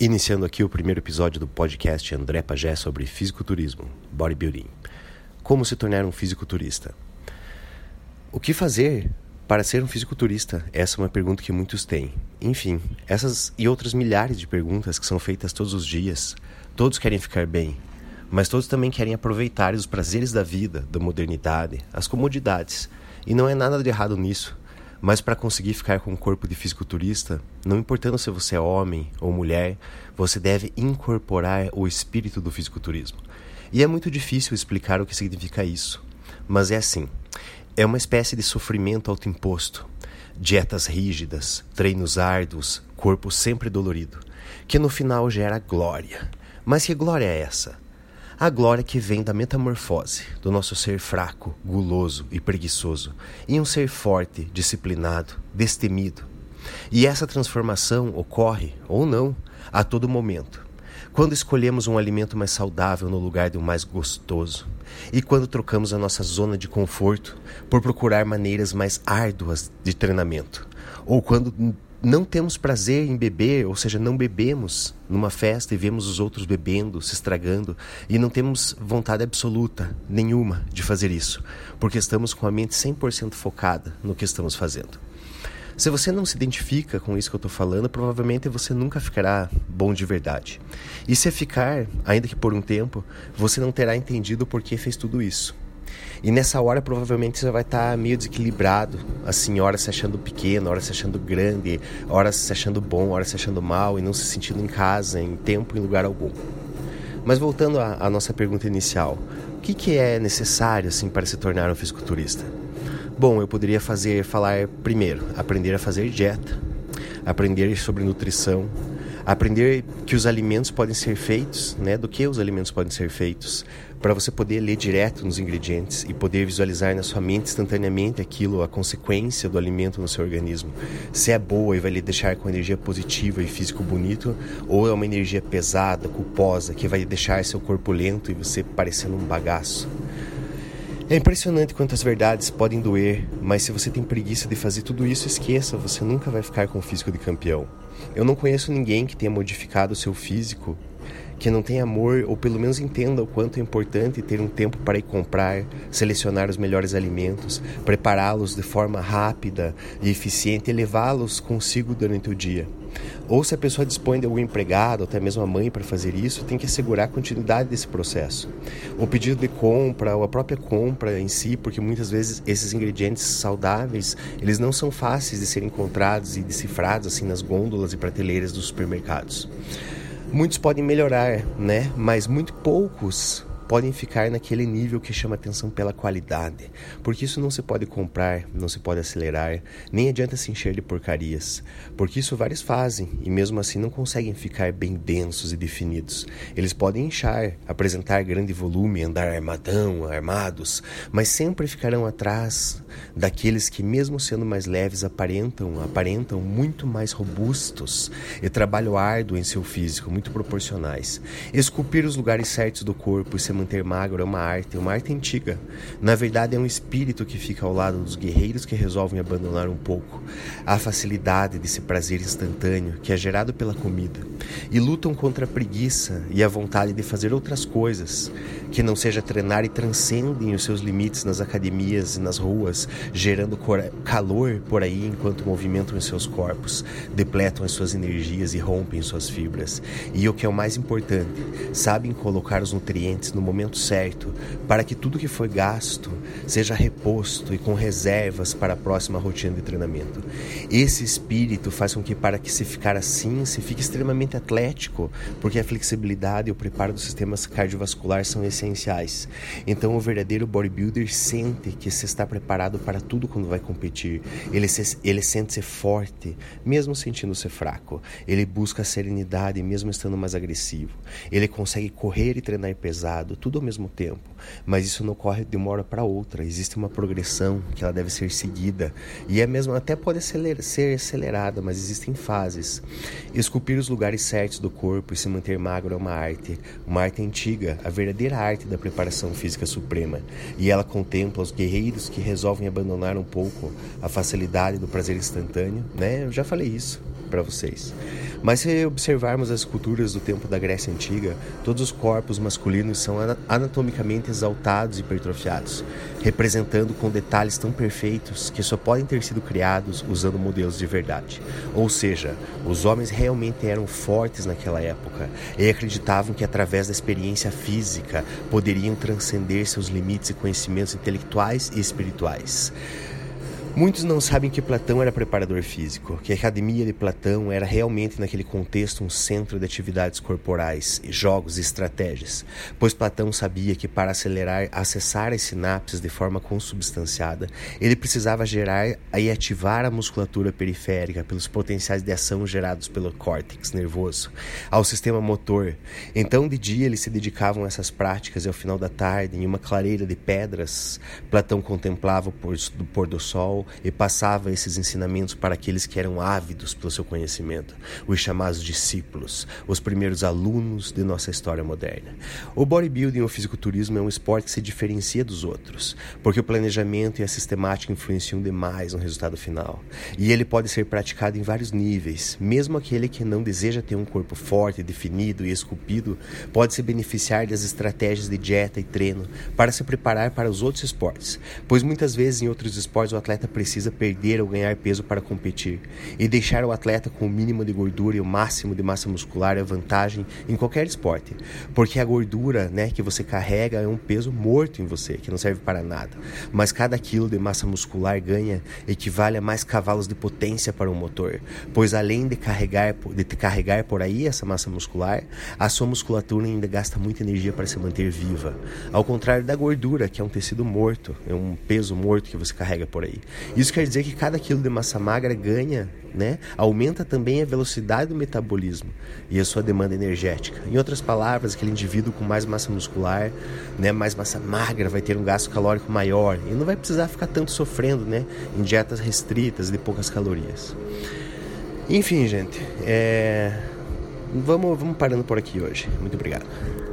Iniciando aqui o primeiro episódio do podcast André Pagé sobre fisiculturismo, bodybuilding. Como se tornar um fisiculturista? O que fazer para ser um fisiculturista? Essa é uma pergunta que muitos têm. Enfim, essas e outras milhares de perguntas que são feitas todos os dias. Todos querem ficar bem, mas todos também querem aproveitar os prazeres da vida, da modernidade, as comodidades. E não é nada de errado nisso. Mas para conseguir ficar com um corpo de fisiculturista, não importando se você é homem ou mulher, você deve incorporar o espírito do fisiculturismo. E é muito difícil explicar o que significa isso. Mas é assim, é uma espécie de sofrimento autoimposto, dietas rígidas, treinos árduos, corpo sempre dolorido, que no final gera glória. Mas que glória é essa? A glória que vem da metamorfose do nosso ser fraco, guloso e preguiçoso em um ser forte, disciplinado, destemido. E essa transformação ocorre, ou não, a todo momento. Quando escolhemos um alimento mais saudável no lugar de um mais gostoso. E quando trocamos a nossa zona de conforto por procurar maneiras mais árduas de treinamento. Ou quando não temos prazer em beber, ou seja, não bebemos numa festa e vemos os outros bebendo, se estragando, e não temos vontade absoluta, nenhuma, de fazer isso, porque estamos com a mente 100% focada no que estamos fazendo. Se você não se identifica com isso que eu estou falando, provavelmente você nunca ficará bom de verdade. E se ficar, ainda que por um tempo, você não terá entendido por que fez tudo isso. E nessa hora provavelmente você vai estar meio desequilibrado, assim, horas se achando pequeno, horas se achando grande, horas se achando bom, horas se achando mal e não se sentindo em casa, em tempo, em lugar algum. Mas voltando à nossa pergunta inicial, o que é necessário assim para se tornar um fisiculturista? Bom, eu poderia falar primeiro, aprender a fazer dieta, aprender sobre nutrição, aprender que os alimentos podem ser feitos, do que os alimentos podem ser feitos, para você poder ler direto nos ingredientes e poder visualizar na sua mente instantaneamente aquilo, a consequência do alimento no seu organismo. Se é boa e vai lhe deixar com energia positiva e físico bonito, ou é uma energia pesada, culposa, que vai deixar seu corpo lento e você parecendo um bagaço. É impressionante quantas verdades podem doer, mas se você tem preguiça de fazer tudo isso, esqueça, você nunca vai ficar com o físico de campeão. Eu não conheço ninguém que tenha modificado o seu físico, que não tenha amor, ou pelo menos entenda o quanto é importante ter um tempo para ir comprar, selecionar os melhores alimentos, prepará-los de forma rápida e eficiente e levá-los consigo durante o dia. Ou se a pessoa dispõe de algum empregado, ou até mesmo a mãe para fazer isso, tem que assegurar a continuidade desse processo. O pedido de compra, ou a própria compra em si, porque muitas vezes esses ingredientes saudáveis, eles não são fáceis de serem encontrados e decifrados assim nas gôndolas e prateleiras dos supermercados. Muitos podem melhorar, mas muito poucos podem ficar naquele nível que chama atenção pela qualidade, porque isso não se pode comprar, não se pode acelerar, nem adianta se encher de porcarias, porque isso vários fazem e mesmo assim não conseguem ficar bem densos e definidos. Eles podem inchar, apresentar grande volume, andar armados, mas sempre ficarão atrás daqueles que mesmo sendo mais leves aparentam muito mais robustos e trabalho árduo em seu físico, muito proporcionais. Esculpir os lugares certos do corpo e se manter magro é uma arte antiga. Na verdade é um espírito que fica ao lado dos guerreiros que resolvem abandonar um pouco a facilidade desse prazer instantâneo que é gerado pela comida e lutam contra a preguiça e a vontade de fazer outras coisas que não seja treinar e transcendem os seus limites nas academias e nas ruas, gerando calor por aí enquanto movimentam os seus corpos, depletam as suas energias e rompem suas fibras. E o que é o mais importante, sabem colocar os nutrientes no momento certo para que tudo que foi gasto seja reposto e com reservas para a próxima rotina de treinamento. Esse espírito faz com que, para que se ficar assim, se fique extremamente atlético, porque a flexibilidade e o preparo do sistema cardiovascular são essenciais. Então o verdadeiro bodybuilder sente que se está preparado para tudo quando vai competir. Ele sente-se forte, mesmo sentindo-se fraco. Ele busca a serenidade, mesmo estando mais agressivo. Ele consegue correr e treinar pesado, tudo ao mesmo tempo. Mas isso não ocorre de uma hora para outra. Existe uma progressão que ela deve ser seguida. E até pode ser acelerada, mas existem fases. Esculpir os lugares certos do corpo e se manter magro é uma arte antiga, a verdadeira arte da preparação física suprema. E ela contempla os guerreiros que resolvem abandonar um pouco a facilidade do prazer instantâneo, Eu já falei isso. para vocês. Mas se observarmos as esculturas do tempo da Grécia Antiga, todos os corpos masculinos são anatomicamente exaltados e hipertrofiados, representando com detalhes tão perfeitos que só podem ter sido criados usando modelos de verdade. Ou seja, os homens realmente eram fortes naquela época e acreditavam que através da experiência física poderiam transcender seus limites e conhecimentos intelectuais e espirituais. Muitos não sabem que Platão era preparador físico, que a academia de Platão era realmente naquele contexto um centro de atividades corporais, jogos e estratégias, pois Platão sabia que para acessar as sinapses de forma consubstanciada, ele precisava gerar e ativar a musculatura periférica pelos potenciais de ação gerados pelo córtex nervoso, ao sistema motor. Então de dia eles se dedicavam a essas práticas e ao final da tarde, em uma clareira de pedras, Platão contemplava o pôr do sol e passava esses ensinamentos para aqueles que eram ávidos pelo seu conhecimento, os chamados discípulos, os primeiros alunos de nossa história moderna. O bodybuilding ou fisiculturismo é um esporte que se diferencia dos outros, porque o planejamento e a sistemática influenciam demais no resultado final, e ele pode ser praticado em vários níveis. Mesmo aquele que não deseja ter um corpo forte, definido e esculpido, pode se beneficiar das estratégias de dieta e treino para se preparar para os outros esportes, pois muitas vezes em outros esportes o atleta precisa perder ou ganhar peso para competir, e deixar o atleta com o mínimo de gordura e o máximo de massa muscular é vantagem em qualquer esporte, porque a gordura, que você carrega é um peso morto em você, que não serve para nada, mas cada quilo de massa muscular ganha equivale a mais cavalos de potência para um motor, pois além de carregar por aí essa massa muscular, a sua musculatura ainda gasta muita energia para se manter viva, ao contrário da gordura, que é um tecido morto, é um peso morto que você carrega por aí. Isso quer dizer que cada quilo de massa magra ganha, aumenta também a velocidade do metabolismo e a sua demanda energética. Em outras palavras, aquele indivíduo com mais massa muscular, mais massa magra, vai ter um gasto calórico maior e não vai precisar ficar tanto sofrendo, em dietas restritas e de poucas calorias. Enfim, gente, vamos parando por aqui hoje. Muito obrigado.